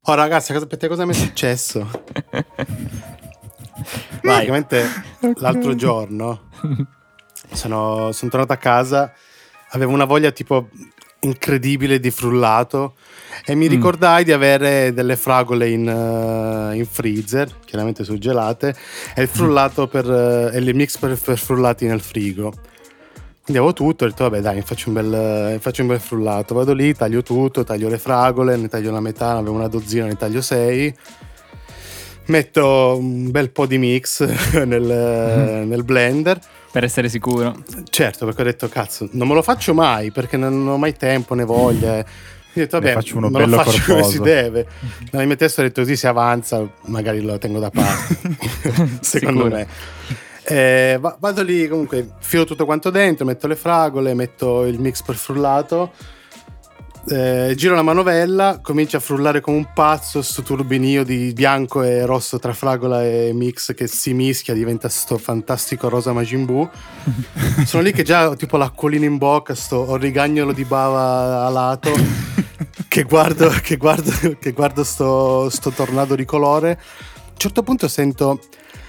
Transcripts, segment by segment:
Oh ragazzi, cosa mi è successo? Praticamente l'altro giorno sono tornato a casa, avevo una voglia tipo incredibile di frullato e mi ricordai di avere delle fragole in freezer, chiaramente surgelate, e il frullato e il mix per frullati nel frigo. Quindi avevo tutto, ho detto vabbè dai, mi faccio un bel frullato, vado lì, taglio tutto, taglio le fragole, ne taglio la metà, avevo una dozzina, ne taglio 6, metto un bel po' di mix nel blender. Per essere sicuro. Certo, perché ho detto cazzo, non me lo faccio mai perché non ho mai tempo né voglia. Ho detto vabbè, faccio uno me bello lo faccio come corposo. si deve. Nella mia testa ho detto così si avanza, magari lo tengo da parte. Secondo Sicuro. me. Vado lì, comunque filo tutto quanto dentro, metto le fragole, metto il mix per frullato, giro la manovella, comincia a frullare come un pazzo, sto turbinio di bianco e rosso tra fragola e mix che si mischia, diventa sto fantastico rosa Majin Buu. Sono lì che già ho tipo l'acquolina in bocca, ho il rigagnolo di bava a lato che guardo sto tornado di colore. A un certo punto sento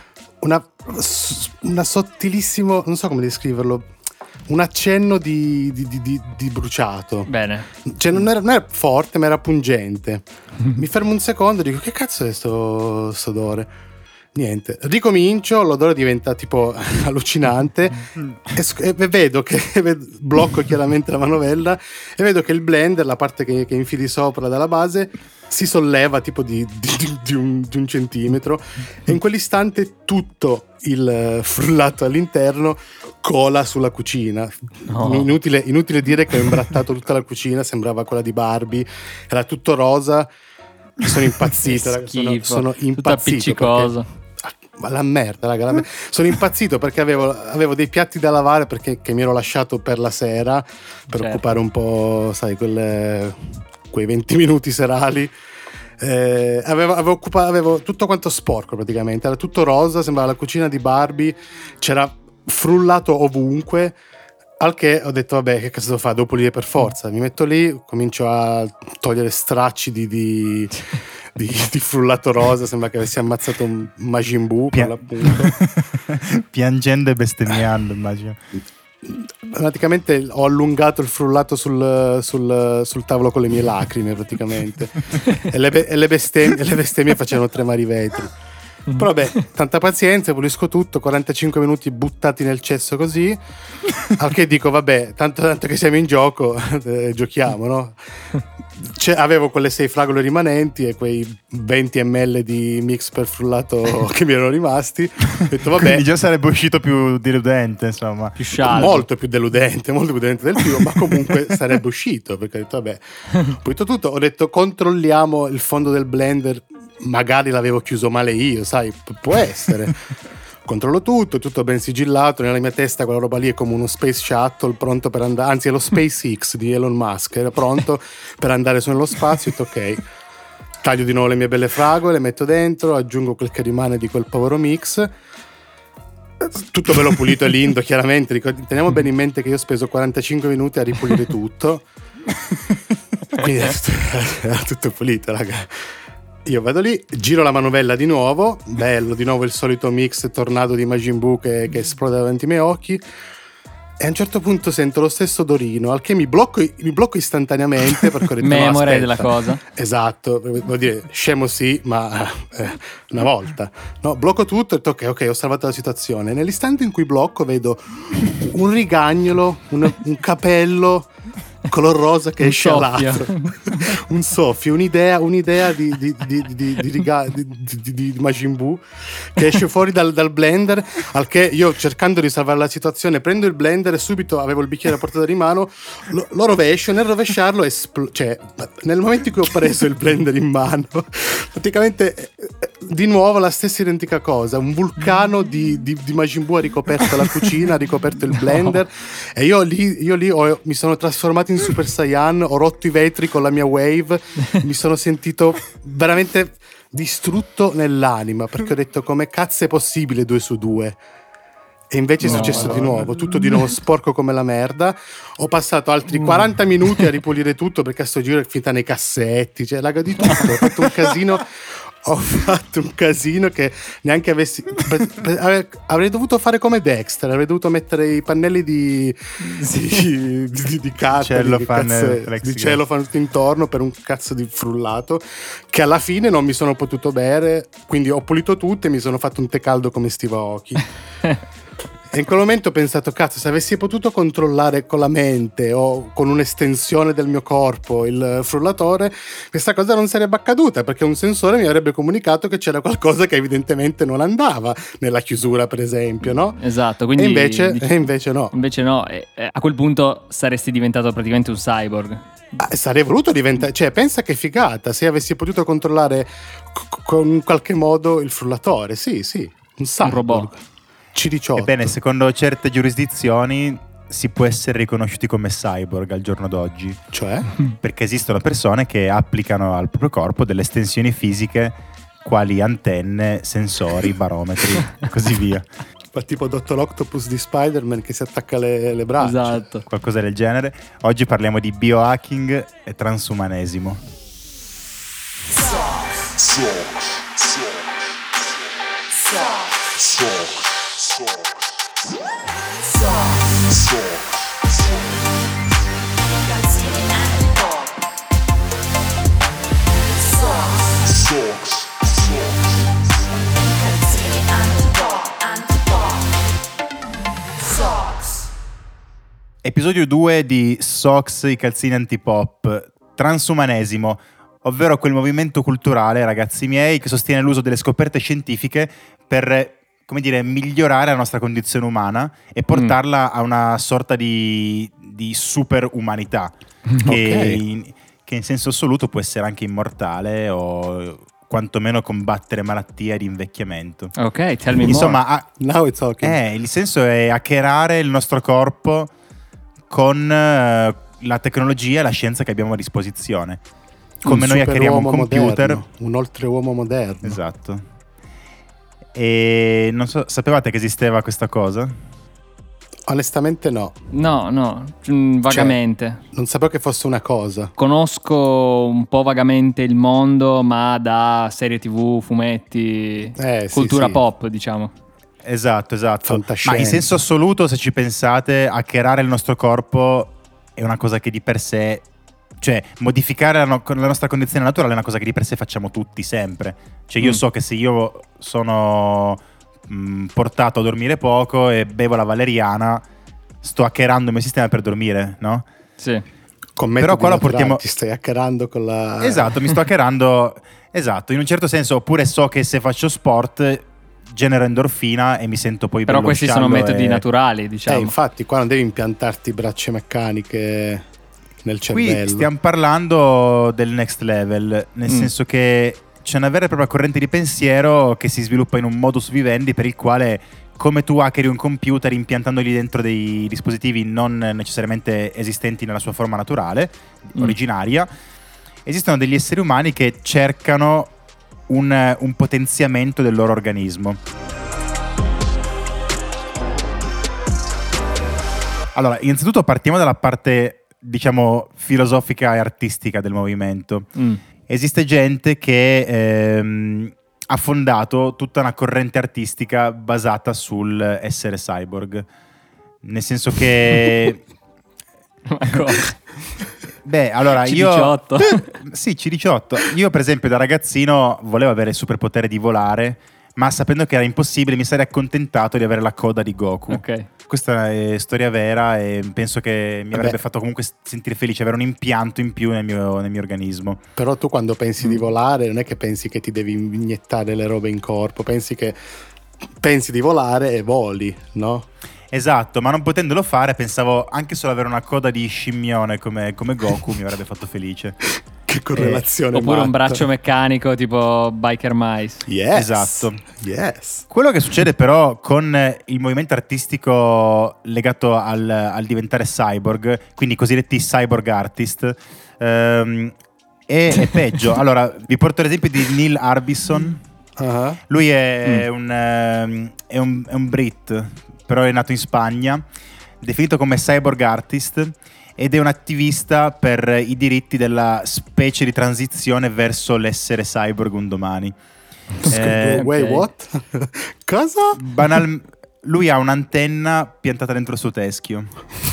una sottilissimo, non so come descriverlo, un accenno di bruciato. Bene. Cioè non era forte, ma era pungente. Mi fermo un secondo e dico che cazzo è sto odore? Niente, ricomincio, l'odore diventa tipo allucinante e vedo che blocco chiaramente la manovella e vedo che il blender, la parte che infili sopra dalla base, si solleva tipo di un centimetro e in quell'istante tutto il frullato all'interno cola sulla cucina. Inutile dire che ho imbrattato tutta la cucina, sembrava quella di Barbie, era tutto rosa. Sono impazzito, sono impazzito. Tutto appiccicoso. Ma la merda, raga, sono impazzito perché avevo dei piatti da lavare che mi ero lasciato per la sera per occupare un po', sai, quei 20 minuti serali. Avevo tutto quanto sporco praticamente, era tutto rosa, sembrava la cucina di Barbie, c'era frullato ovunque. Al che ho detto vabbè, che cazzo devo fare? Devo pulire per forza. Mi metto lì, comincio a togliere stracci di frullato rosa, sembra che avessi ammazzato un Majin Buu per l'appunto. Piangendo e bestemmiando, immagino. Praticamente ho allungato il frullato sul tavolo con le mie lacrime praticamente e le bestemmie facevano tremare i vetri. Però vabbè, tanta pazienza, pulisco tutto, 45 minuti buttati nel cesso così, al che dico vabbè, tanto che siamo in gioco, giochiamo, no? Avevo quelle 6 fragole rimanenti e quei 20 ml di mix per frullato che mi erano rimasti. Ho detto vabbè, quindi già sarebbe uscito più deludente, insomma, più scialbo. molto più deludente del primo, ma comunque sarebbe uscito, perché ho detto vabbè, ho pulito tutto, ho detto controlliamo il fondo del blender, magari l'avevo chiuso male io, sai, può essere. Controllo tutto ben sigillato, nella mia testa quella roba lì è come uno Space Shuttle pronto per andare, anzi è lo SpaceX di Elon Musk, era pronto per andare su nello spazio. Ho detto ok, taglio di nuovo le mie belle fragole, le metto dentro, aggiungo quel che rimane di quel povero mix, tutto bello pulito e lindo chiaramente. Teniamo bene in mente che io ho speso 45 minuti a ripulire tutto, quindi era tutto pulito, raga. Io vado lì, giro la manovella di nuovo, bello, di nuovo il solito mix tornado di Majin Buu che esplode davanti ai miei occhi, e a un certo punto sento lo stesso odorino, al che mi blocco istantaneamente perché ho detto memore no, della cosa. Esatto, vuol dire scemo sì, ma una volta. No, blocco tutto e ho detto ok, ho salvato la situazione. Nell'istante in cui blocco vedo un rigagnolo, un capello color rosa che esce a lato, un soffio, un'idea di Majin Buu che esce fuori dal blender, al che io, cercando di salvare la situazione, prendo il blender e subito avevo il bicchiere a portata di mano, lo rovescio, nel rovesciarlo cioè nel momento in cui ho preso il blender in mano praticamente di nuovo la stessa identica cosa, un vulcano di Majin Buu ha ricoperto la cucina, ha ricoperto il blender, e io lì mi sono trasformato in Super Saiyan, ho rotto i vetri con la mia wave, mi sono sentito veramente distrutto nell'anima perché ho detto come cazzo è possibile 2 su 2? E invece è successo di nuovo, tutto di nuovo sporco come la merda. Ho passato altri 40 minuti a ripulire tutto perché a sto giro è finita nei cassetti, cioè laga di tutto. Ho fatto un casino che neanche avessi. Avrei dovuto fare come Dexter, avrei dovuto mettere i pannelli di carta, di cellophane tutto intorno per un cazzo di frullato che alla fine non mi sono potuto bere, quindi ho pulito tutto e mi sono fatto un tè caldo come Steve Aoki. E in quel momento ho pensato, cazzo, se avessi potuto controllare con la mente o con un'estensione del mio corpo il frullatore, questa cosa non sarebbe accaduta, perché un sensore mi avrebbe comunicato che c'era qualcosa che evidentemente non andava nella chiusura, per esempio, no? Esatto, quindi e invece no. Invece no, a quel punto saresti diventato praticamente un cyborg. Sarei voluto diventare, cioè pensa che figata se avessi potuto controllare con qualche modo il frullatore, sì, un cyborg. Un robot. C18. Ebbene, secondo certe giurisdizioni si può essere riconosciuti come cyborg al giorno d'oggi. Cioè? Perché esistono persone che applicano al proprio corpo delle estensioni fisiche quali antenne, sensori, barometri e così via. Tipo Dottor Octopus di Spider-Man che si attacca le braccia. Esatto. Qualcosa del genere. Oggi parliamo di biohacking e transumanesimo. Episodio 2 di Socks, i calzini antipop. Transumanesimo, ovvero quel movimento culturale, ragazzi miei, che sostiene l'uso delle scoperte scientifiche per, come dire, migliorare la nostra condizione umana e portarla a una sorta di superumanità che in senso assoluto può essere anche immortale o quantomeno combattere malattie ed invecchiamento. Ok, tell me Insomma, Now it's okay. il senso è hackerare il nostro corpo con la tecnologia e la scienza che abbiamo a disposizione. Come noi hackeriamo un computer. Moderno, un oltreuomo moderno. Esatto. E non so, sapevate che esisteva questa cosa? Onestamente no. No, vagamente. Cioè, non sapevo che fosse una cosa. Conosco un po' vagamente il mondo, ma da serie TV, fumetti, cultura pop, diciamo. Esatto. Ma in senso assoluto, se ci pensate, hackerare il nostro corpo è una cosa che di per sé, cioè modificare la nostra condizione naturale è una cosa che di per sé facciamo tutti sempre. Cioè io so che se io sono portato a dormire poco e bevo la valeriana, sto hackerando il mio sistema per dormire, no? Sì. Però qua lo portiamo. Ti stai hackerando con la. Esatto, mi sto hackerando. Esatto, in un certo senso. Oppure so che se faccio sport genero endorfina e mi sento poi bello. Però questi sono metodi naturali, diciamo. Infatti qua non devi impiantarti braccia meccaniche nel cervello. Qui stiamo parlando del next level, nel senso che c'è una vera e propria corrente di pensiero che si sviluppa in un modus vivendi per il quale, come tu hackeri un computer impiantandogli dentro dei dispositivi non necessariamente esistenti nella sua forma naturale, originaria, esistono degli esseri umani che cercano un potenziamento del loro organismo. Allora, innanzitutto partiamo dalla parte, diciamo, filosofica e artistica del movimento. Esiste gente che ha fondato tutta una corrente artistica basata sul essere cyborg. Nel senso che... Ma cosa? Beh, allora C18. Sì, C18. Io per esempio da ragazzino volevo avere il superpotere di volare, ma sapendo che era impossibile mi sarei accontentato di avere la coda di Goku. Ok. Questa è storia vera e penso che mi avrebbe fatto comunque sentire felice avere un impianto in più nel mio organismo. Però tu quando pensi di volare non è che pensi che ti devi iniettare le robe in corpo, pensi di volare e voli, no? Esatto, ma non potendolo fare pensavo anche solo avere una coda di scimmione come Goku mi avrebbe fatto felice. Che correlazione oppure matta. Un braccio meccanico tipo Biker Mice. Yes. Esatto. Yes. Quello che succede però con il movimento artistico legato al diventare cyborg, quindi i cosiddetti cyborg artist, è peggio. Allora, vi porto l'esempio di Neil Harbisson. Uh-huh. Lui è un Brit, però è nato in Spagna, definito come cyborg artist, ed è un attivista per i diritti della specie di transizione verso l'essere cyborg un domani. Wait, what? Cosa? Lui ha un'antenna piantata dentro il suo teschio.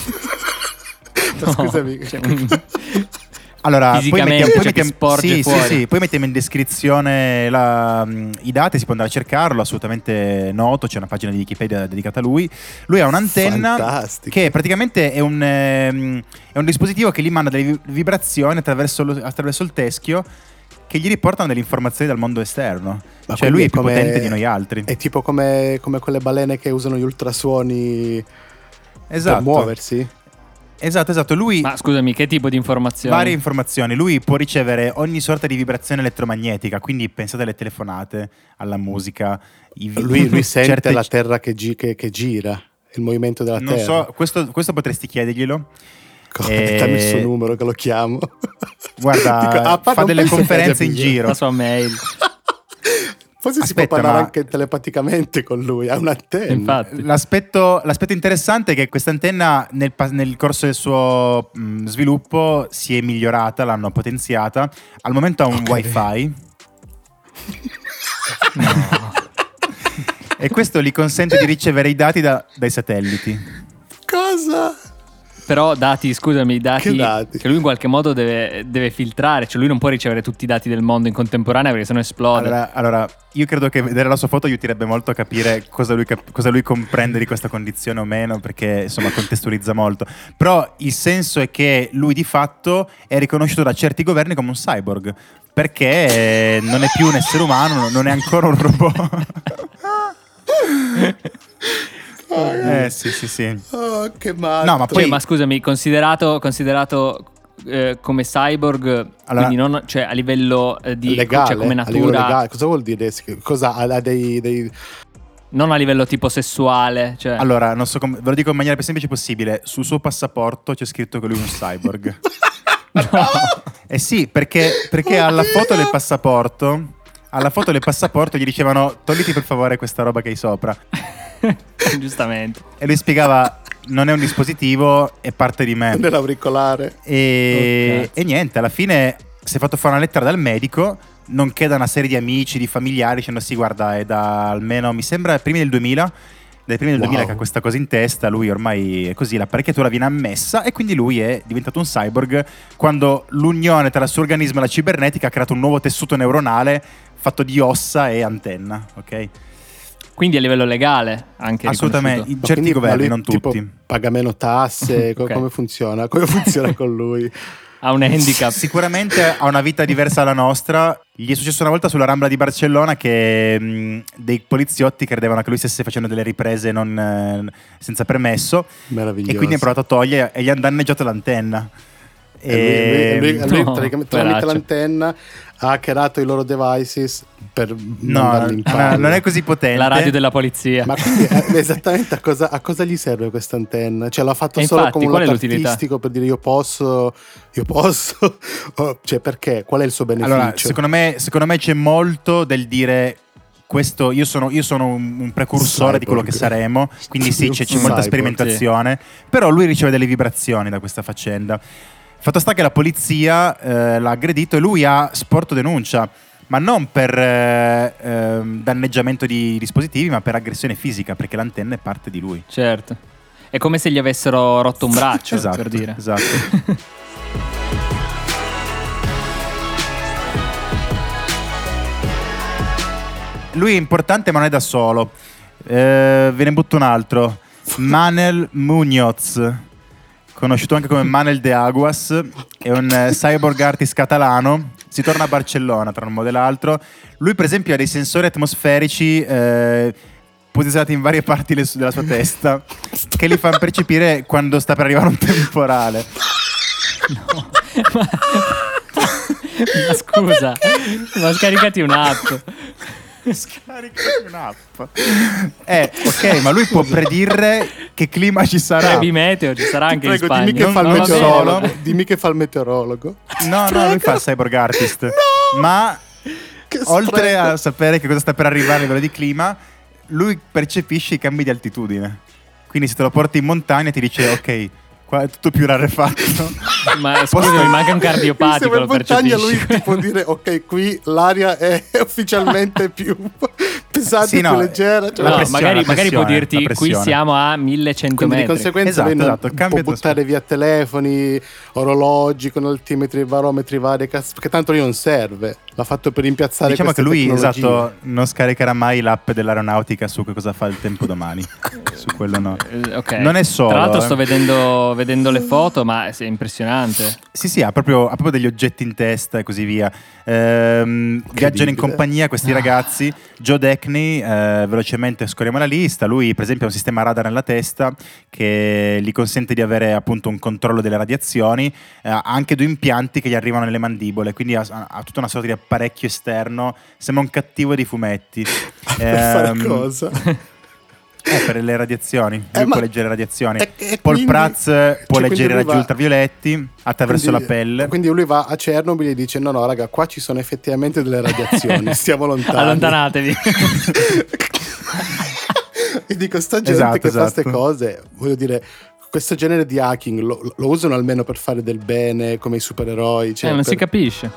Scusami. Allora, poi mettiamo in descrizione i dati, si può andare a cercarlo, assolutamente noto, c'è una pagina di Wikipedia dedicata a lui. Lui ha un'antenna che praticamente è un dispositivo che gli manda delle vibrazioni attraverso il teschio che gli riportano delle informazioni dal mondo esterno. Ma cioè lui è più potente di noi altri. È tipo come quelle balene che usano gli ultrasuoni per muoversi. Esatto, lui... Ma scusami, che tipo di informazioni? Varie informazioni. Lui può ricevere ogni sorta di vibrazione elettromagnetica, quindi pensate alle telefonate, alla musica. Lui sente la terra che gira, il movimento della terra. Non so, questo potresti chiederglielo. Dammi il suo numero che lo chiamo. Guarda, fa delle conferenze in giro. La sua mail. Forse si può parlare anche telepaticamente con lui, ha un'antenna. Infatti. L'aspetto interessante è che questa antenna nel corso del suo sviluppo si è migliorata, l'hanno potenziata. Al momento ha un wifi. No. E questo gli consente di ricevere i dati dai satelliti. Cosa? Però scusami, che lui in qualche modo deve filtrare, cioè lui non può ricevere tutti i dati del mondo in contemporanea perché sennò esplode. Allora, io credo che vedere la sua foto aiuterebbe molto a capire cosa lui comprende di questa condizione o meno, perché insomma contestualizza molto. Però il senso è che lui di fatto è riconosciuto da certi governi come un cyborg, perché non è più un essere umano, non è ancora un robot. Sì. Oh, che matto. No, ma poi ma scusami, considerato come cyborg, allora, quindi non, cioè a livello di legale, cioè come natura, legale. Cosa vuol dire? Cosa ha dei non a livello tipo sessuale, cioè. Allora, non so ve lo dico in maniera più semplice possibile. Sul suo passaporto c'è scritto che lui è un cyborg. No. Sì, perché alla foto del passaporto gli dicevano: togliti per favore questa roba che hai sopra. Giustamente. E lui spiegava: non è un dispositivo, è parte di me. Nell'auricolare. E niente, alla fine si è fatto fare una lettera dal medico, nonché da una serie di amici, di familiari, dicendo: sì, guarda, è da almeno, mi sembra, dai primi del 2000 che ha questa cosa in testa. Lui ormai è così, l'apparecchiatura viene ammessa e quindi lui è diventato un cyborg quando l'unione tra il suo organismo e la cibernetica ha creato un nuovo tessuto neuronale fatto di ossa e antenna, ok? Quindi a livello legale anche assolutamente, in certi governi, non tutti. Tipo, paga meno tasse, okay. Come funziona? Come funziona con lui? Ha un handicap. Sicuramente ha una vita diversa dalla nostra. Gli è successo una volta sulla Rambla di Barcellona che dei poliziotti credevano che lui stesse facendo delle riprese senza permesso. Meraviglioso. E quindi hanno provato a togliere e gli hanno danneggiato l'antenna. Lui praticamente tramite l'antenna ha hackerato i loro devices per mandarli in palla. Non è così potente. La radio della polizia. Ma quindi esattamente a cosa gli serve questa antenna? Cioè l'ha fatto solo come un lato artistico per dire io posso cioè perché? Qual è il suo beneficio? Allora, secondo me c'è molto del dire questo, io sono un precursore di quello che saremo, quindi sì, c'è molta sperimentazione, sì. Però lui riceve delle vibrazioni da questa faccenda. Fatto sta che la polizia l'ha aggredito e lui ha sporto denuncia, ma non per danneggiamento di dispositivi, ma per aggressione fisica, perché l'antenna è parte di lui. Certo. È come se gli avessero rotto un braccio, esatto, per dire. Esatto. Lui è importante, ma non è da solo. Ve ne butto un altro. Manel Muñoz, conosciuto anche come Manel de Aguas, è un cyborg artist catalano. Si torna a Barcellona tra un modo e l'altro. Lui per esempio ha dei sensori atmosferici posizionati in varie parti della sua testa che gli fanno percepire quando sta per arrivare un temporale. No. Ma scusa, ma scaricati un'app. Scaricati un'app. Ok, ma lui può predire che clima ci sarà. Bimeteo ci sarà anche prego, in Spagna. Dimmi che fa il meteorologo. No, lui fa il cyborg artist. No! Ma oltre a sapere che cosa sta per arrivare a livello di clima, lui percepisce i cambi di altitudine. Quindi se te lo porti in montagna ti dice ok, qua è tutto più rarefatto. Ma scusa, mi manca un cardiopatico, lo percepisci. Lui ti può dire ok, qui l'aria è ufficialmente più pesante, sì, no, più leggera, cioè, no, magari può dirti qui siamo a 1100 quindi metri. Di conseguenza esatto, può buttare via telefoni, orologi con altimetri, barometri vari, perché tanto lì non serve. L'ha fatto per rimpiazzare, diciamo che lui tecnologie. non scaricherà mai l'app dell'aeronautica su che cosa fa il tempo domani. Su quello no. Okay. Non è solo. Tra l'altro sto vedendo le foto, ma è impressionante. Sì, ha proprio degli oggetti in testa e così via. Viaggiano in compagnia questi ragazzi. Joe Deckney, velocemente scorriamo la lista. Lui per esempio ha un sistema radar nella testa che gli consente di avere appunto un controllo delle radiazioni, ha anche 2 impianti che gli arrivano nelle mandibole, quindi ha tutta una sorta di apparecchio esterno. Sembra un cattivo dei fumetti. Per fare cosa? Per le radiazioni. Lui può leggere le radiazioni. Paul quindi, Prats può leggere i raggi ultravioletti attraverso la pelle. Quindi lui va a Chernobyl e dice no raga, qua ci sono effettivamente delle radiazioni, stiamo lontani. Allontanatevi. E dico, sta gente fa queste cose, voglio dire, questo genere di hacking lo usano almeno per fare del bene, come i supereroi, cioè non si capisce.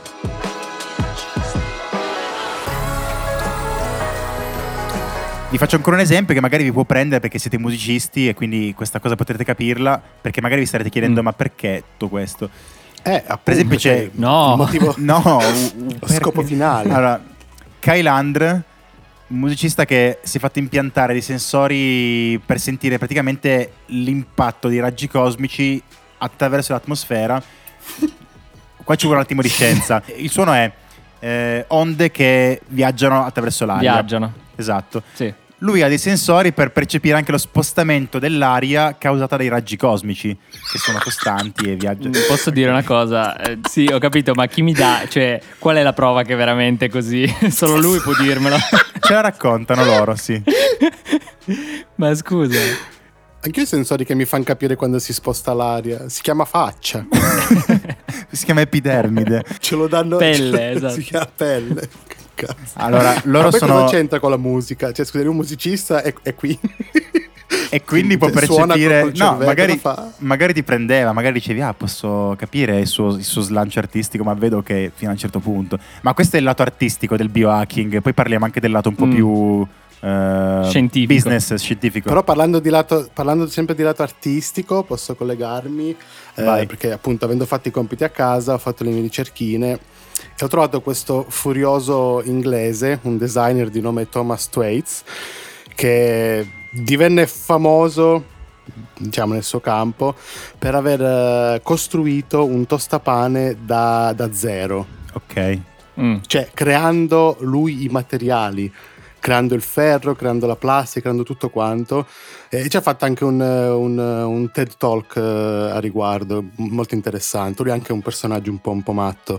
Vi faccio ancora un esempio che magari vi può prendere perché siete musicisti e quindi questa cosa potrete capirla, perché magari vi starete chiedendo ma perché tutto questo? Appunto, per esempio c'è il motivo, lo scopo finale. Allora, Kyle Andre, un musicista che si è fatto impiantare dei sensori per sentire praticamente l'impatto dei raggi cosmici attraverso l'atmosfera. Qua ci vuole un attimo di scienza. Il suono è onde che viaggiano attraverso l'aria. Viaggiano. Esatto. Sì. Lui ha dei sensori per percepire anche lo spostamento dell'aria causata dai raggi cosmici, che sono costanti e viaggiano. Posso dire una cosa? Sì, ho capito, ma chi mi dà? Cioè, qual è la prova che è veramente così? Solo lui può dirmelo. Ce la raccontano loro, sì. Ma scusa. Anche io ho sensori che mi fanno capire quando si sposta l'aria. Si chiama faccia. Si chiama epidermide. Ce lo danno. Pelle, esatto. Si chiama pelle. Cazzo. Allora, loro ma sono. Cosa c'entra con la musica? Cioè, scusate, un musicista è qui. E quindi può percepire. No, cervello, magari ti prendeva, magari dicevi, posso capire il suo slancio artistico, ma vedo che fino a un certo punto. Ma questo è il lato artistico del biohacking. Poi parliamo anche del lato un po' più. Scientifico. Business, scientifico. Però parlando sempre di lato artistico, posso collegarmi perché appunto avendo fatto i compiti a casa ho fatto le mie ricerchine e ho trovato questo furioso inglese, un designer di nome Thomas Thwaites, che divenne famoso, diciamo, nel suo campo per aver costruito un tostapane da zero. Ok. Cioè creando lui i materiali, creando il ferro, creando la plastica, creando tutto quanto, e ci ha fatto anche un TED Talk a riguardo, molto interessante. Lui è anche un personaggio un po' matto,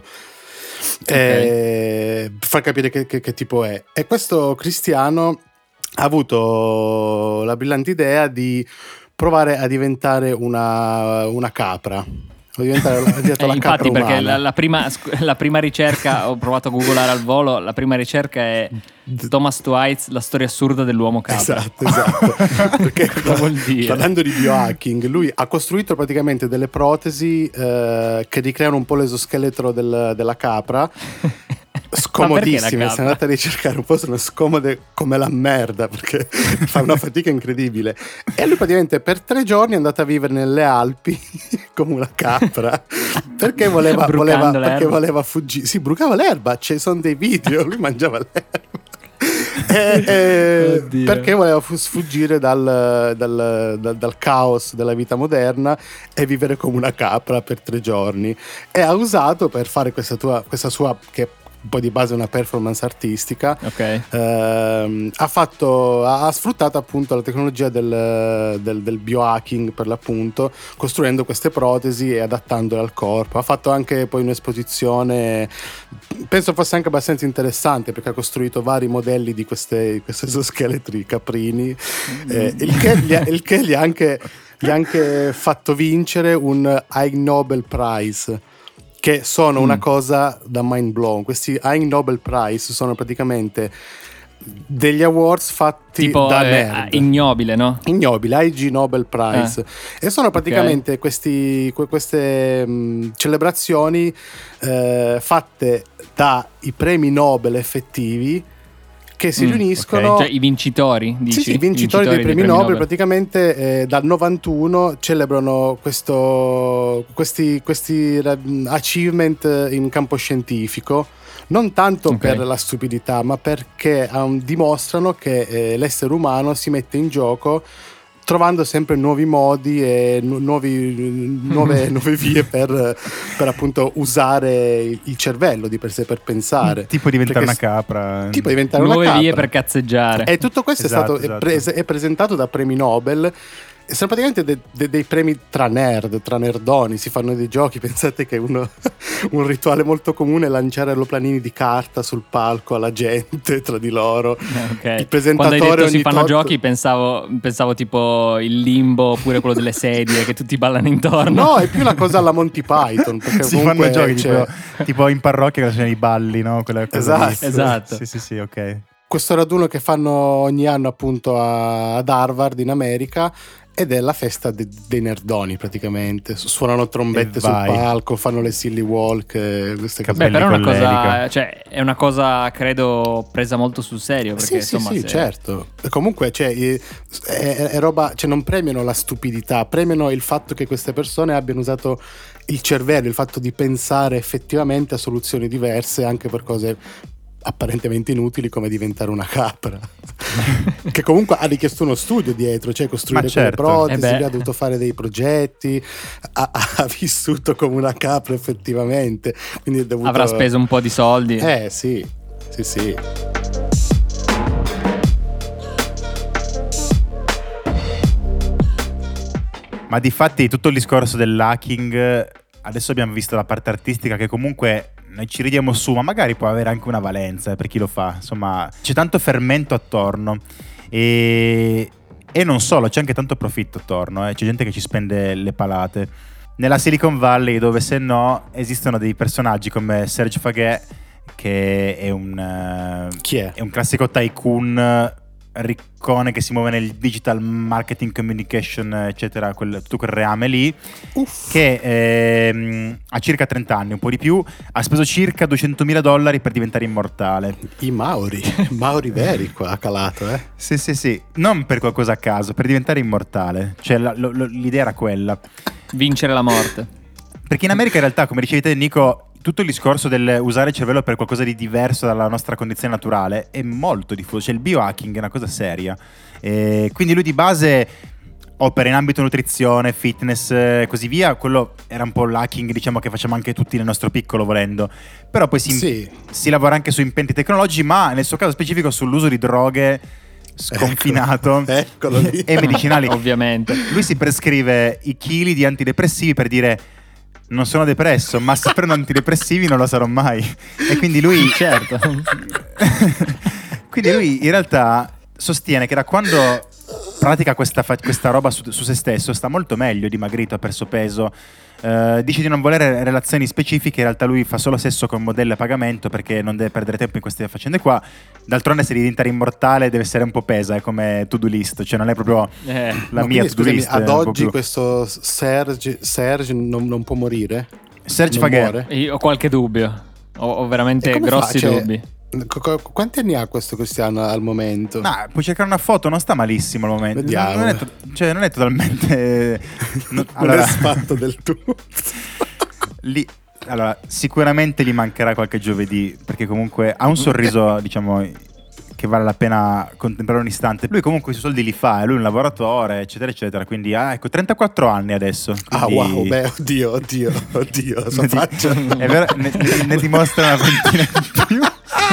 per far capire che tipo è. E questo cristiano ha avuto la brillante idea di provare a diventare una capra. Infatti, perché la prima ricerca, ho provato a googolare al volo, la prima ricerca è Thomas Thwaites, la storia assurda dell'uomo capra. Esatto. Perché vuol dire? Parlando di biohacking, lui ha costruito praticamente delle protesi che ricreano un po' l'esoscheletro della capra. Scomodissime, se andate a ricercare un po' sono scomode come la merda, perché fa una fatica incredibile. E lui praticamente per 3 giorni è andato a vivere nelle Alpi come una capra perché voleva fuggire. Si brucava l'erba, ci sono dei video, lui mangiava l'erba. Perché voleva sfuggire dal caos della vita moderna e vivere come una capra per 3 giorni, e ha usato per fare questa sua, che un po' di base una performance artistica, ha sfruttato appunto la tecnologia del biohacking, per l'appunto, costruendo queste protesi e adattandole al corpo. Ha fatto anche poi un'esposizione, penso fosse anche abbastanza interessante, perché ha costruito vari modelli di questi esoscheletri caprini, il che gli ha anche fatto vincere un Ig Nobel Prize, che sono una cosa da mind blown. Questi Ig Nobel Prize sono praticamente degli awards fatti tipo, da nerd. Ignobile, no? Ignobile, IG Nobel Prize. E sono praticamente queste celebrazioni fatte dai premi Nobel effettivi che si riuniscono. Cioè i vincitori, dici? Sì, i vincitori dei premi Nobel praticamente dal 91 celebrano questi achievement in campo scientifico, non tanto per la stupidità, ma perché dimostrano che l'essere umano si mette in gioco trovando sempre nuovi modi e nuove vie per appunto usare il cervello di per sé, per pensare. Tipo diventare una capra. Tipo diventare nuove una capra. vie per cazzeggiare. E tutto questo è presentato da premi Nobel. Sono praticamente dei premi tra nerdoni, si fanno dei giochi. Pensate che un rituale molto comune è lanciare planini di carta sul palco alla gente tra di loro. Il presentatore, quando hai detto si fanno giochi pensavo tipo il limbo oppure quello delle sedie che tutti ballano intorno. No, è più la cosa alla Monty Python, perché si fanno giochi tipo in parrocchia che facciano i balli, no? Quella cosa esatto. Sì, ok. Questo raduno che fanno ogni anno appunto ad Harvard in America, ed è la festa dei nerdoni praticamente. Suonano trombette sul palco, fanno le silly walk, queste cose. Beh, però è una cosa credo presa molto sul serio, perché sì, certo. Comunque è roba, non premiano la stupidità, premiano il fatto che queste persone abbiano usato il cervello, il fatto di pensare effettivamente a soluzioni diverse anche per cose apparentemente inutili come diventare una capra. Che comunque ha richiesto uno studio dietro, cioè costruire quelle protesi, ha dovuto fare dei progetti, ha vissuto come una capra effettivamente, quindi avrà speso un po' di soldi. Sì. Ma difatti tutto il discorso dell'hacking, adesso abbiamo visto la parte artistica che comunque noi ci ridiamo su, ma magari può avere anche una valenza per chi lo fa. Insomma, c'è tanto fermento attorno e non solo, c'è anche tanto profitto attorno, c'è gente che ci spende le palate. Nella Silicon Valley, dove se no esistono dei personaggi come Serge Faguet, che è un classico tycoon riccone che si muove nel digital marketing, communication, eccetera, tutto quel reame lì. Che ha circa 30 anni, un po' di più, ha speso circa $200.000 per diventare immortale. I Mauri veri qua ha calato, Sì, non per qualcosa a caso, per diventare immortale. Cioè l'idea era quella, vincere la morte. Perché in America in realtà, come dicevi te Nico, tutto il discorso del usare il cervello per qualcosa di diverso dalla nostra condizione naturale è molto diffuso, cioè il biohacking è una cosa seria, quindi lui di base opera in ambito nutrizione, fitness e così via. Quello era un po' l'hacking, diciamo, che facciamo anche tutti nel nostro piccolo volendo, però poi si lavora anche su impenti tecnologici, ma nel suo caso specifico sull'uso di droghe sconfinato eccolo lì. E medicinali. Ovviamente lui si prescrive i chili di antidepressivi per dire: non sono depresso, ma se prendo antidepressivi non lo sarò mai. E quindi lui certo. Quindi lui in realtà sostiene che da quando pratica questa roba su se stesso sta molto meglio, è dimagrito, ha perso peso. Dice di non volere relazioni specifiche, in realtà lui fa solo sesso con modelli a pagamento perché non deve perdere tempo in queste faccende qua. D'altronde se diventare immortale deve essere un po' pesa, è come to-do list, cioè non è proprio la mia to-do list. Ad oggi questo Serge non può morire? Serge Faguet? Io ho qualche dubbio, ho veramente grossi dubbi. Quanti anni ha questo cristiano al momento? Puoi cercare una foto, non sta malissimo al momento. Vediamo. Non è totalmente non è sfatto del tutto. Allora, sicuramente gli mancherà qualche giovedì, perché comunque ha un sorriso, diciamo, che vale la pena contemplare un istante. Lui comunque i suoi soldi li fa, lui è un lavoratore, eccetera eccetera, quindi 34 anni adesso, quindi... wow, beh, oddio la sua faccia è vero, ne dimostra una ventina di più.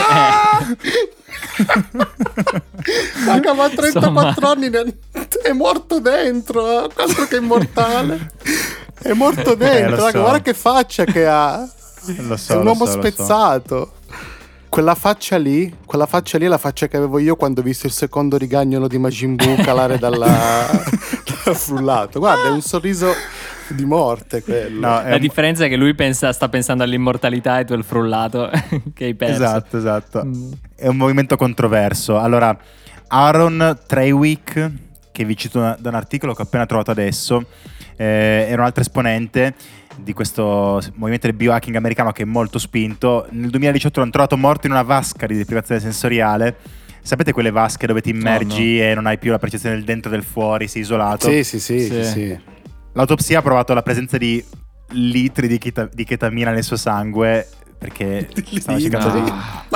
Raga, ma a 34 anni è morto dentro, altro che immortale. È morto dentro, raga, guarda che faccia che ha. È un uomo spezzato. Quella faccia lì è la faccia che avevo io quando ho visto il secondo rigagnolo di Majin Buu calare dal frullato. Guarda, è un sorriso di morte quello. No, la differenza è che lui sta pensando all'immortalità e tu al frullato che hai perso. Esatto. è un movimento controverso. Allora, Aaron Treywick, che vi cito da un articolo che ho appena trovato adesso, era un altro esponente di questo movimento del biohacking americano che è molto spinto. Nel 2018 l'hanno trovato morto in una vasca di deprivazione sensoriale. Sapete quelle vasche dove ti immergi e non hai più la percezione del dentro e del fuori, sei isolato? Sì. L'autopsia ha provato la presenza di litri di chetamina nel suo sangue, perché stava cercando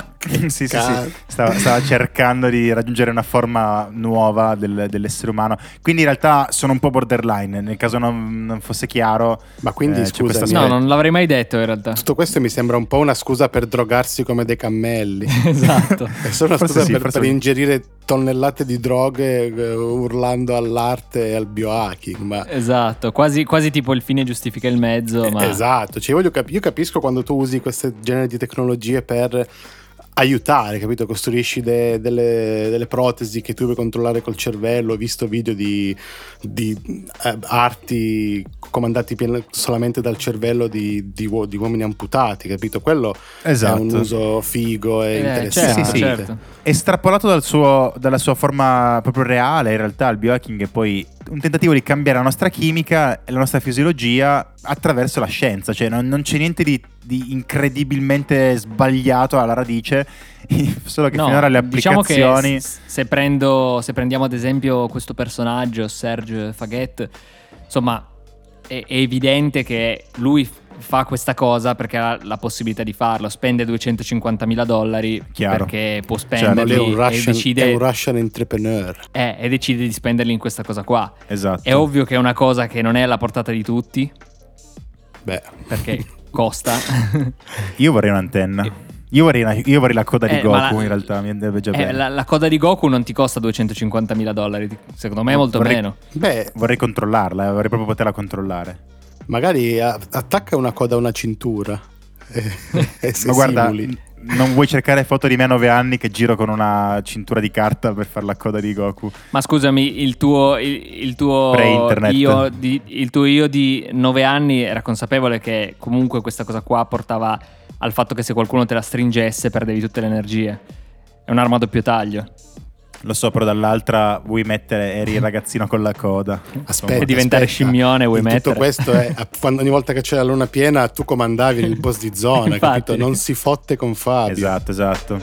stava cercando di raggiungere una forma nuova dell'essere umano. Quindi in realtà sono un po' borderline, nel caso non fosse chiaro. Ma quindi scusa, no, non l'avrei mai detto in realtà. Tutto questo mi sembra un po' una scusa per drogarsi come dei cammelli. Esatto. È solo una scusa per ingerire tonnellate di droghe urlando all'arte e al biohacking. Ma... Esatto, quasi tipo il fine giustifica il mezzo. Ma... Esatto, cioè io capisco quando tu usi questo genere di tecnologie per aiutare, capito? Costruisci delle protesi che tu puoi controllare col cervello. Ho visto video di arti comandati solamente dal cervello di uomini amputati, capito? Quello esatto. È un uso figo e interessante. Sì, certo. Estrapolato dalla sua forma proprio reale, in realtà il biohacking è poi un tentativo di cambiare la nostra chimica e la nostra fisiologia attraverso la scienza. Cioè non c'è niente di incredibilmente sbagliato alla radice, solo che finora le applicazioni... Diciamo che se prendiamo ad esempio questo personaggio, Serge Faget, insomma è evidente che lui fa questa cosa perché ha la possibilità di farlo, spende $250,000 perché può spenderli, è un Russian entrepreneur e decide di spenderli in questa cosa qua. Esatto. È ovvio che è una cosa che non è alla portata di tutti, perché costa. Io vorrei un'antenna. Io vorrei la coda di Goku, in realtà mi andrebbe già bene. La coda di Goku non ti costa $250,000, secondo me è molto meno. Vorrei controllarla, vorrei proprio poterla controllare. Magari attacca una coda a una cintura. Ma guarda, non vuoi cercare foto di me a 9 anni che giro con una cintura di carta per fare la coda di Goku? Ma scusami, il tuo pre-internet, il tuo io di 9 anni era consapevole che comunque questa cosa qua portava al fatto che se qualcuno te la stringesse perdevi tutte le energie. È un'arma a doppio taglio. Lo so, però dall'altra vuoi mettere, eri il ragazzino con la coda. Per diventare scimmione vuoi mettere. Tutto questo è quando ogni volta che c'è la luna piena tu comandavi nel boss di zona, capito? Non si fotte con Fabio. Esatto.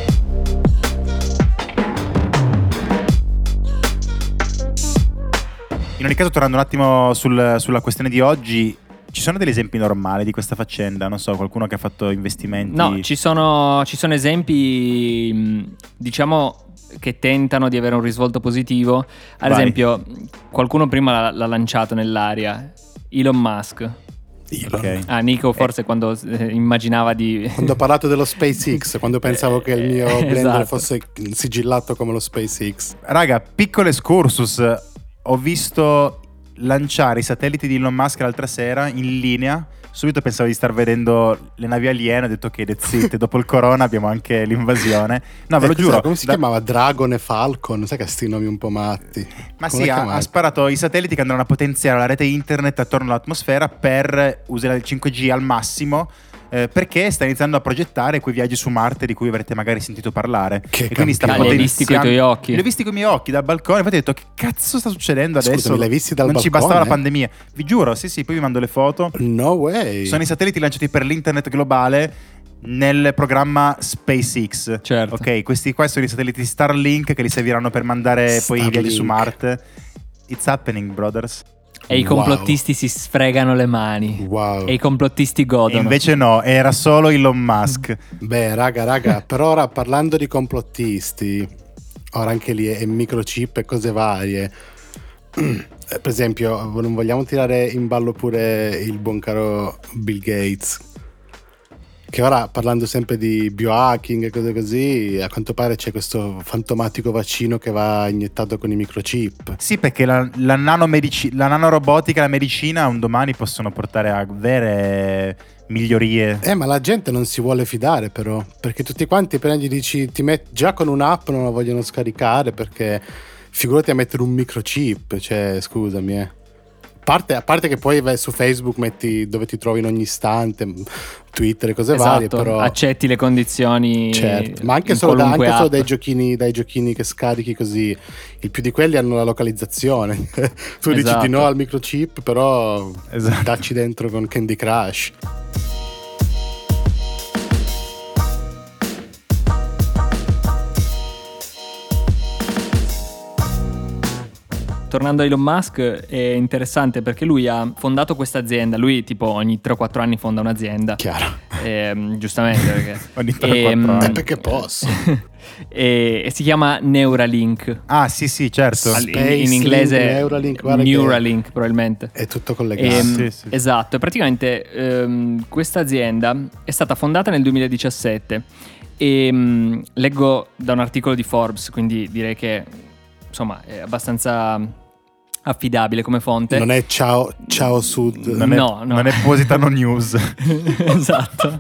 In ogni caso, tornando un attimo sulla questione di oggi, ci sono degli esempi normali di questa faccenda? Non so, qualcuno che ha fatto investimenti? No, ci sono esempi, diciamo, che tentano di avere un risvolto positivo. Ad esempio, qualcuno prima l'ha lanciato nell'aria, Elon Musk. Okay. Nico forse quando immaginava di... Quando ho parlato dello SpaceX, quando pensavo che il mio Blender fosse sigillato come lo SpaceX. Raga, piccolo excursus. Ho visto lanciare i satelliti di Elon Musk l'altra sera in linea. Subito pensavo di star vedendo le navi aliene. Ho detto ok, that's it. Dopo il corona abbiamo anche l'invasione. No, ve lo giuro. Come si chiamava? Dragon e Falcon? Sai che sti nomi un po' matti. Ma sì, ha sparato i satelliti che andranno a potenziare la rete internet attorno all'atmosfera per usare il 5G al massimo, perché sta iniziando a progettare quei viaggi su Marte di cui avrete magari sentito parlare. Che e quindi li hai visti con i tuoi occhi? Li ho visti con i miei occhi dal balcone. Infatti ho detto che cazzo sta succedendo adesso? Scusami, l'hai visti dal non balcone? Ci bastava la pandemia. Vi giuro, sì, poi vi mando le foto. No way. Sono i satelliti lanciati per l'internet globale nel programma SpaceX. Certo. Ok, questi qua sono i satelliti Starlink che li serviranno per mandare poi i viaggi su Marte. It's happening, brothers. E i complottisti si sfregano le mani. Wow. E i complottisti godono. E invece no, era solo Elon Musk. Beh, raga, però ora parlando di complottisti, ora anche lì è microchip e cose varie. Per esempio, non vogliamo tirare in ballo pure il buon caro Bill Gates, che ora, parlando sempre di biohacking e cose così, a quanto pare c'è questo fantomatico vaccino che va iniettato con i microchip. Sì, perché la nanorobotica e la medicina un domani possono portare a vere migliorie. Ma la gente non si vuole fidare, però, perché tutti quanti appena gli dici già con un'app non la vogliono scaricare, perché figurati a mettere un microchip, cioè scusami. A parte che poi su Facebook metti dove ti trovi in ogni istante, Twitter e cose esatto, varie, però accetti le condizioni, certo, ma anche solo dai giochini che scarichi così. Il più di quelli hanno la localizzazione. Tu dici di no al microchip, però dacci dentro con Candy Crush. Tornando a Elon Musk, è interessante perché lui ha fondato questa azienda. Lui tipo ogni 3 o 4 anni fonda un'azienda. Chiaro. Giustamente perché ogni 3 o 4 anni. Perché posso. e si chiama Neuralink. Ah sì, certo. In inglese Neuralink, probabilmente. È tutto collegato. Sì. Esatto, e praticamente questa azienda è stata fondata nel 2017 e leggo da un articolo di Forbes, quindi direi che insomma è abbastanza affidabile come fonte. Non è Ciao Sud. Non è Positano News. Esatto.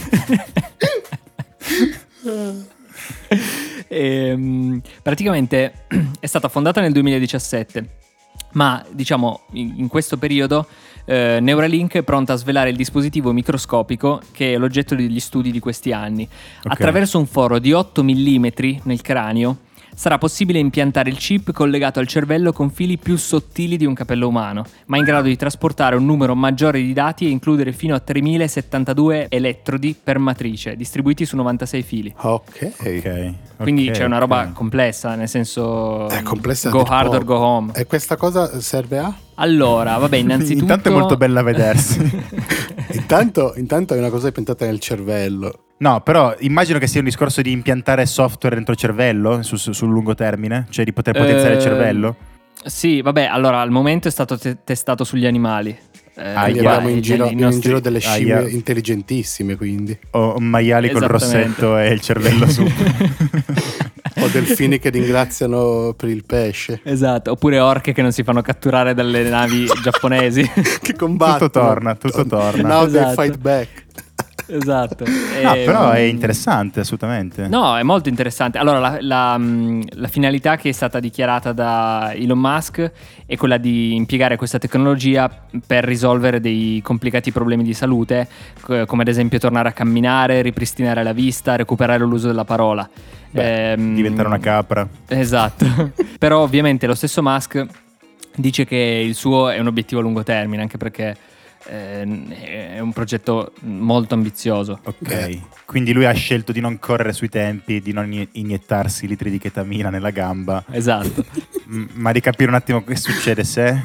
Praticamente è stata fondata nel 2017, ma diciamo in questo periodo Neuralink è pronta a svelare il dispositivo microscopico che è l'oggetto degli studi di questi anni. Okay. Attraverso un foro di 8 mm nel cranio sarà possibile impiantare il chip collegato al cervello con fili più sottili di un capello umano, ma in grado di trasportare un numero maggiore di dati e includere fino a 3072 elettrodi per matrice, distribuiti su 96 fili. Ok. Quindi c'è una roba complessa, nel senso complessa, go hard or go home. E questa cosa serve a? Allora, vabbè, innanzitutto intanto è molto bella a vedersi. intanto è una cosa piantata nel cervello. No, però immagino che sia un discorso di impiantare software dentro il cervello sul lungo termine, cioè di poter potenziare il cervello. Sì, vabbè, allora al momento è stato testato sugli animali. Abbiamo in giro delle scimmie intelligentissime, quindi. O maiali col rossetto e il cervello su. O delfini che ringraziano per il pesce. Esatto, oppure orche che non si fanno catturare dalle navi giapponesi. Che combattono. Tutto torna. Now they fight back. Esatto. No, però è interessante, assolutamente. No, è molto interessante. Allora, la finalità che è stata dichiarata da Elon Musk è quella di impiegare questa tecnologia per risolvere dei complicati problemi di salute, come ad esempio tornare a camminare, ripristinare la vista, recuperare l'uso della parola. Diventare una capra. Esatto. Però ovviamente lo stesso Musk dice che il suo è un obiettivo a lungo termine, anche perché è un progetto molto ambizioso. Ok, quindi lui ha scelto di non correre sui tempi, di non iniettarsi litri di chetamina nella gamba. Esatto. Ma di capire un attimo che succede se...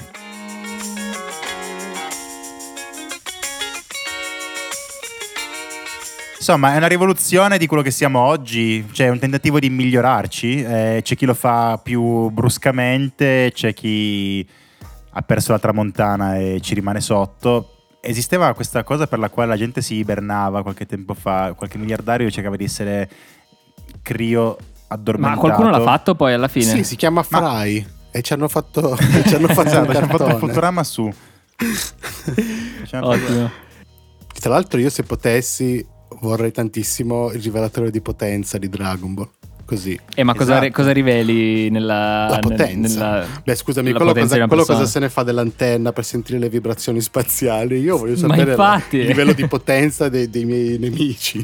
Insomma, è una rivoluzione di quello che siamo oggi, cioè un tentativo di migliorarci. C'è chi lo fa più bruscamente, c'è chi ha perso la tramontana e ci rimane sotto. Esisteva questa cosa per la quale la gente si ibernava qualche tempo fa, qualche miliardario cercava di essere crio addormentato. Ma qualcuno l'ha fatto poi alla fine? Sì, si chiama Fry e ci hanno fatto un Futurama su. Ottimo. Tra l'altro io se potessi vorrei tantissimo il rivelatore di potenza di Dragon Ball. Così. Ma cosa riveli nella potenza? Beh, scusami, quello cosa se ne fa dell'antenna per sentire le vibrazioni spaziali? Io voglio sapere il livello di potenza dei miei nemici.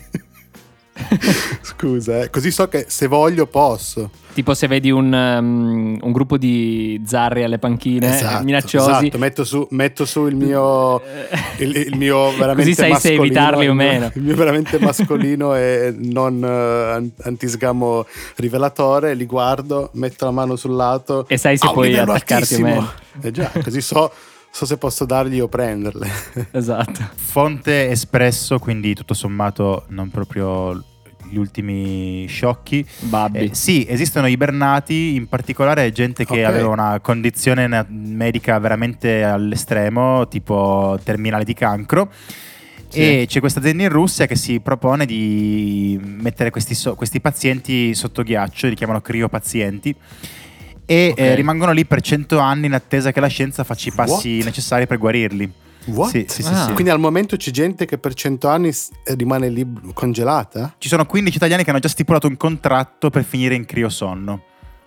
Scusa, così so che se voglio posso. Tipo se vedi un gruppo di zarri alle panchine, minacciosi. Esatto, metto su il mio veramente così sai se evitarli o meno. Il mio veramente mascolino e non antisgamo rivelatore, li guardo, metto la mano sul lato e sai se puoi attaccarti o meno. Già, così so se posso dargli o prenderle. Esatto. Fonte Espresso, quindi tutto sommato non proprio gli ultimi sciocchi. Sì, esistono ibernati, in particolare gente che aveva una condizione medica veramente all'estremo, tipo terminale di cancro. Sì. E c'è questa azienda in Russia che si propone di mettere questi pazienti sotto ghiaccio, li chiamano criopazienti. E rimangono lì per 100 anni in attesa che la scienza faccia i passi necessari per guarirli. What? Sì. Quindi al momento c'è gente che per 100 anni rimane lì congelata? Ci sono 15 italiani che hanno già stipulato un contratto per finire in criosonno.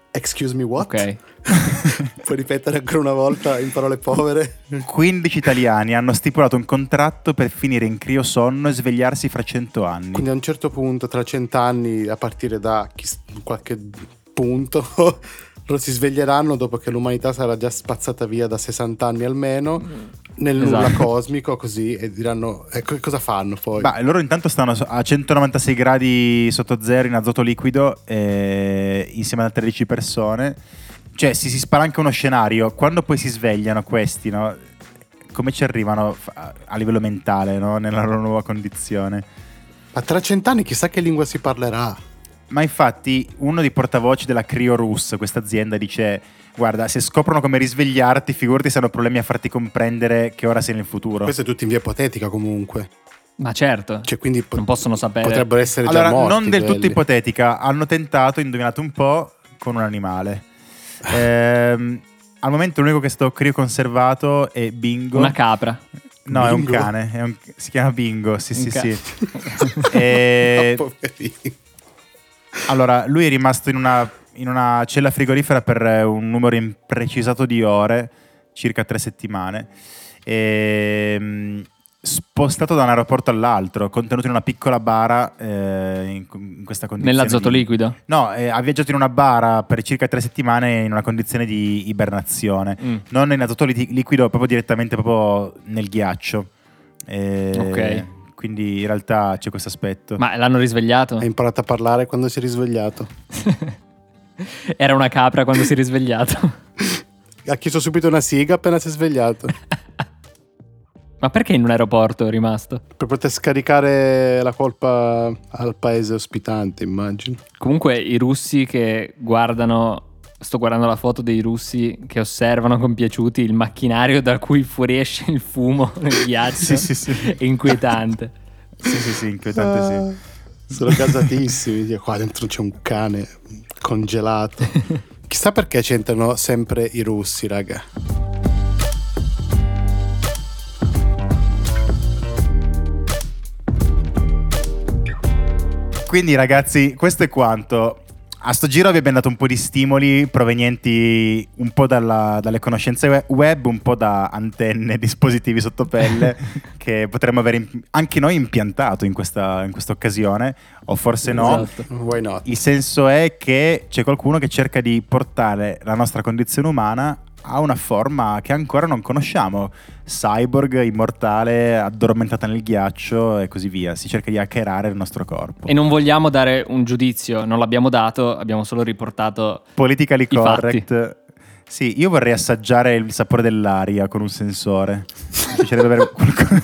Excuse me, what? Ok. Puoi ripetere ancora una volta in parole povere? 15 italiani hanno stipulato un contratto per finire in criosonno e svegliarsi fra 100 anni. Quindi a un certo punto, tra 100 anni, a partire da qualche punto, loro si sveglieranno dopo che l'umanità sarà già spazzata via da 60 anni almeno, nel nulla cosmico, così, e diranno, cosa fanno poi? Beh, loro intanto stanno a 196 gradi sotto zero in azoto liquido, insieme a 13 persone. Cioè si spara anche uno scenario, quando poi si svegliano questi, no? Come ci arrivano a livello mentale, no? Nella loro nuova condizione. Ma tra 100 anni chissà che lingua si parlerà. Ma infatti uno dei portavoci della CryoRus, questa azienda, dice: guarda, se scoprono come risvegliarti, figurati se hanno problemi a farti comprendere che ora sei nel futuro. Questo è tutto in via ipotetica comunque. Ma certo, Cioè, quindi non possono sapere. Potrebbero essere già allora, morti non del tutto quelli. ipotetica, hanno tentato, indovinate un po', con un animale. Al momento l'unico che è stato crioconservato è Bingo. Una capra. No, Bingo? è un cane, si chiama Bingo, sì. Poverino. Allora, lui è rimasto in una cella frigorifera per un numero imprecisato di ore, circa 3 settimane, spostato da un aeroporto all'altro, contenuto in una piccola bara in questa condizione. Nell'azoto liquido? No, ha viaggiato in una bara per circa 3 settimane in una condizione di ibernazione, non in azoto liquido, proprio direttamente proprio nel ghiaccio. Ok. Quindi in realtà c'è questo aspetto. Ma l'hanno risvegliato? Ha imparato a parlare quando si è risvegliato. Era una capra quando si è risvegliato. Ha chiesto subito una siga appena si è svegliato. Ma perché in un aeroporto è rimasto? Per poter scaricare la colpa al paese ospitante, immagino. Comunque i russi che guardano... Sto guardando la foto dei russi che osservano compiaciuti il macchinario da cui fuoriesce il fumo nel ghiaccio. Sì. È inquietante. Sì, inquietante sì. Sono gasatissimi. Qua dentro c'è un cane congelato. Chissà perché c'entrano sempre i russi, raga. Quindi ragazzi, questo è quanto. A sto giro vi abbiamo dato un po' di stimoli provenienti un po' dalle conoscenze web, un po' da antenne, dispositivi sotto pelle che potremmo avere anche noi impiantato in questa occasione, o forse no. Esatto. Why not? Il senso è che c'è qualcuno che cerca di portare la nostra condizione umana a una forma che ancora non conosciamo, cyborg, immortale, addormentata nel ghiaccio e così via. Si cerca di hackerare il nostro corpo. E non vogliamo dare un giudizio, non l'abbiamo dato, abbiamo solo riportato Politically i correct. fatti. Sì, io vorrei assaggiare il sapore dell'aria con un sensore. Mi piacerebbe avere qualcosa.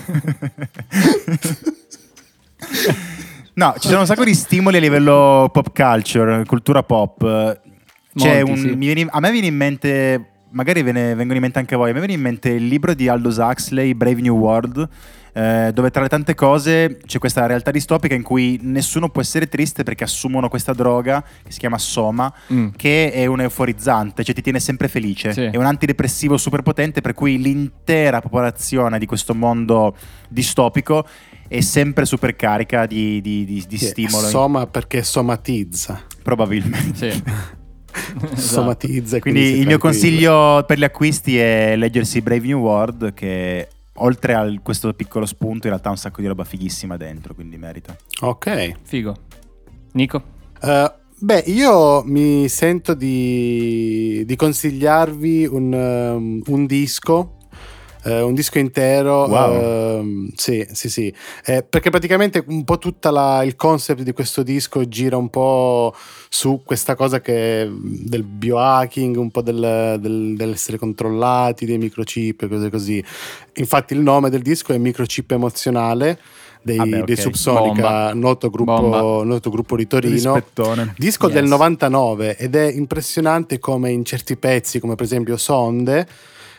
No, ci sono un sacco di stimoli a livello pop culture, cultura pop. C'è Molti, sì. a me viene in mente, magari vengono in mente anche a voi, a me viene in mente il libro di Aldous Huxley, Brave New World, dove tra le tante cose c'è questa realtà distopica in cui nessuno può essere triste perché assumono questa droga che si chiama Soma, che è un euforizzante, cioè ti tiene sempre felice. Sì. È un antidepressivo super potente, per cui l'intera popolazione di questo mondo distopico è sempre super carica di stimolo. Soma perché somatizza. Probabilmente. Sì. Somatizza. e Quindi si il mio tranquilla. consiglio per gli acquisti è leggersi Brave New World, che oltre a questo piccolo spunto in realtà ha un sacco di roba fighissima dentro, quindi merita. Ok. Figo. Nico? Beh, io mi sento di consigliarvi un disco. Un disco intero. Wow. Sì. Perché praticamente un po' il concept di questo disco gira un po' su questa cosa del biohacking, un po' dell'essere controllati, dei microchip e cose così. Infatti il nome del disco è Microchip Emozionale dei Subsonica, noto gruppo di Torino. Rispettone. Disco del 99, ed è impressionante come in certi pezzi, come per esempio Sonde,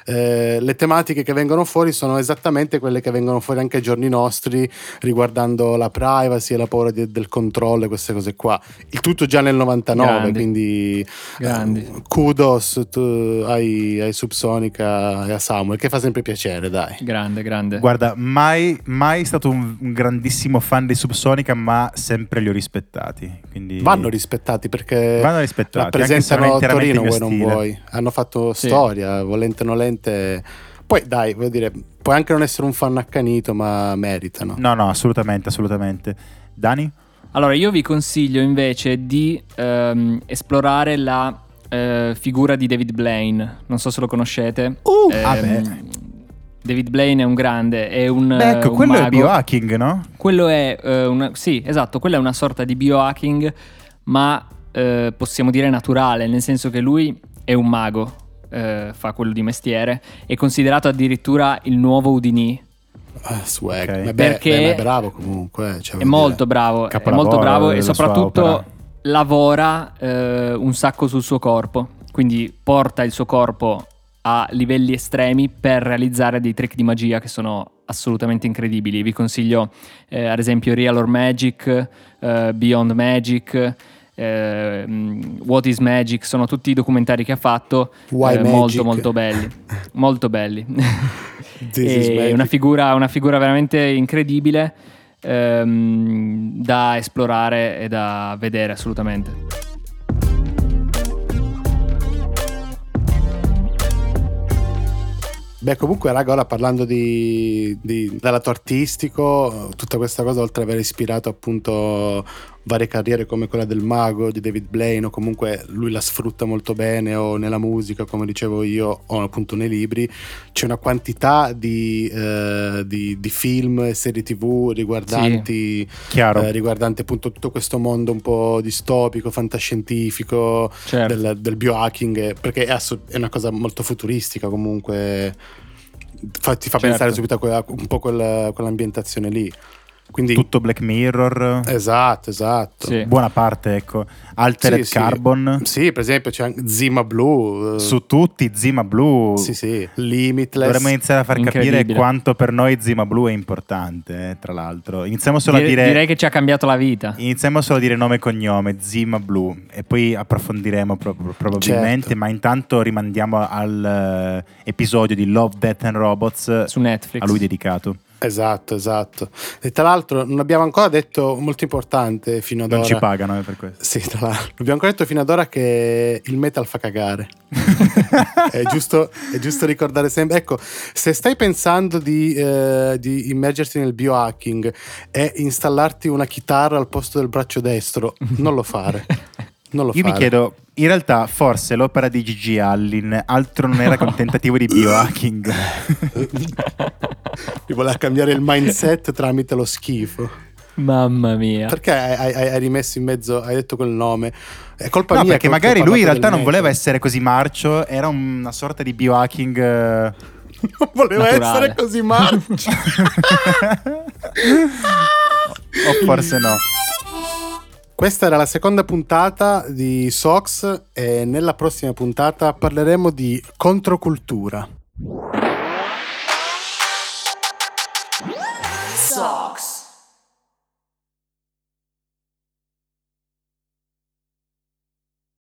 le tematiche che vengono fuori sono esattamente quelle che vengono fuori anche ai giorni nostri, riguardando la privacy e la paura del controllo e queste cose qua. Il tutto già nel 99, Grandi. quindi kudos ai Subsonica e a Samuel, che fa sempre piacere, dai. Grande. Guarda, mai stato un grandissimo fan di Subsonica, ma sempre li ho rispettati. Quindi Vanno rispettati perché rappresentano anche se non è Torino, vuoi interamente non mio stile. vuoi. Hanno fatto storia, volente o nolente. Poi dai, voglio dire, puoi anche non essere un fan accanito, ma meritano. No, assolutamente. Dani? Allora, io vi consiglio invece di esplorare la figura di David Blaine. Non so se lo conoscete. David Blaine è un grande, è un ecco, un quello mago. è biohacking, no? Quello è sì, esatto, quella è una sorta di biohacking, ma possiamo dire naturale, nel senso che lui è un mago, fa quello di mestiere, è considerato addirittura il nuovo Houdini. Swag. Ok. Perché è bravo comunque. Cioè, è molto bravo, e della sua soprattutto opera. lavora un sacco sul suo corpo, quindi porta il suo corpo a livelli estremi per realizzare dei trick di magia che sono assolutamente incredibili. Vi consiglio ad esempio Real or Magic, Beyond Magic, What is Magic, sono tutti i documentari che ha fatto, Why Magic? molto belli, molto belli. This is È magic. una figura veramente incredibile, da esplorare e da vedere assolutamente. Beh, comunque, raga, ora parlando di dal lato artistico, tutta questa cosa, oltre ad aver ispirato appunto varie carriere come quella del mago di David Blaine, o comunque lui la sfrutta molto bene, o nella musica, come dicevo io, o appunto nei libri, c'è una quantità di film e serie TV riguardanti riguardante appunto tutto questo mondo un po' distopico, fantascientifico, Certo. del biohacking, perché è una cosa molto futuristica comunque. Ti fa pensare subito a un po' quell'ambientazione lì. Quindi tutto Black Mirror. Esatto. Sì. Buona parte, ecco. Altered Carbon. Sì, per esempio c'è anche Zima Blue. Su tutti, Zima Blue. Sì. Limitless. Dovremmo iniziare a far capire quanto per noi Zima Blue è importante, tra l'altro. Iniziamo solo a dire... Direi che ci ha cambiato la vita. Iniziamo solo a dire nome e cognome, Zima Blue, e poi approfondiremo probabilmente, certo. Ma intanto rimandiamo al episodio di Love, Death and Robots su Netflix, a lui dedicato. Esatto. E tra l'altro non abbiamo ancora detto, molto importante fino ad ora. Non ci pagano per questo. Sì, tra l'altro. Abbiamo ancora detto fino ad ora che il metal fa cagare. è giusto ricordare sempre. Ecco, se stai pensando di immergerti nel biohacking e installarti una chitarra al posto del braccio destro, non lo fare. Mi chiedo, in realtà forse l'opera di Gigi Allin altro non era che un tentativo di biohacking. Mi voleva cambiare il mindset tramite lo schifo. Mamma mia. Perché hai rimesso in mezzo, hai detto quel nome? È colpa mia. Perché magari lui in realtà non voleva essere così marcio, era una sorta di biohacking. Non voleva naturale. essere così marcio. O forse no. Questa era la seconda puntata di SOX e nella prossima puntata parleremo di controcultura. SOX.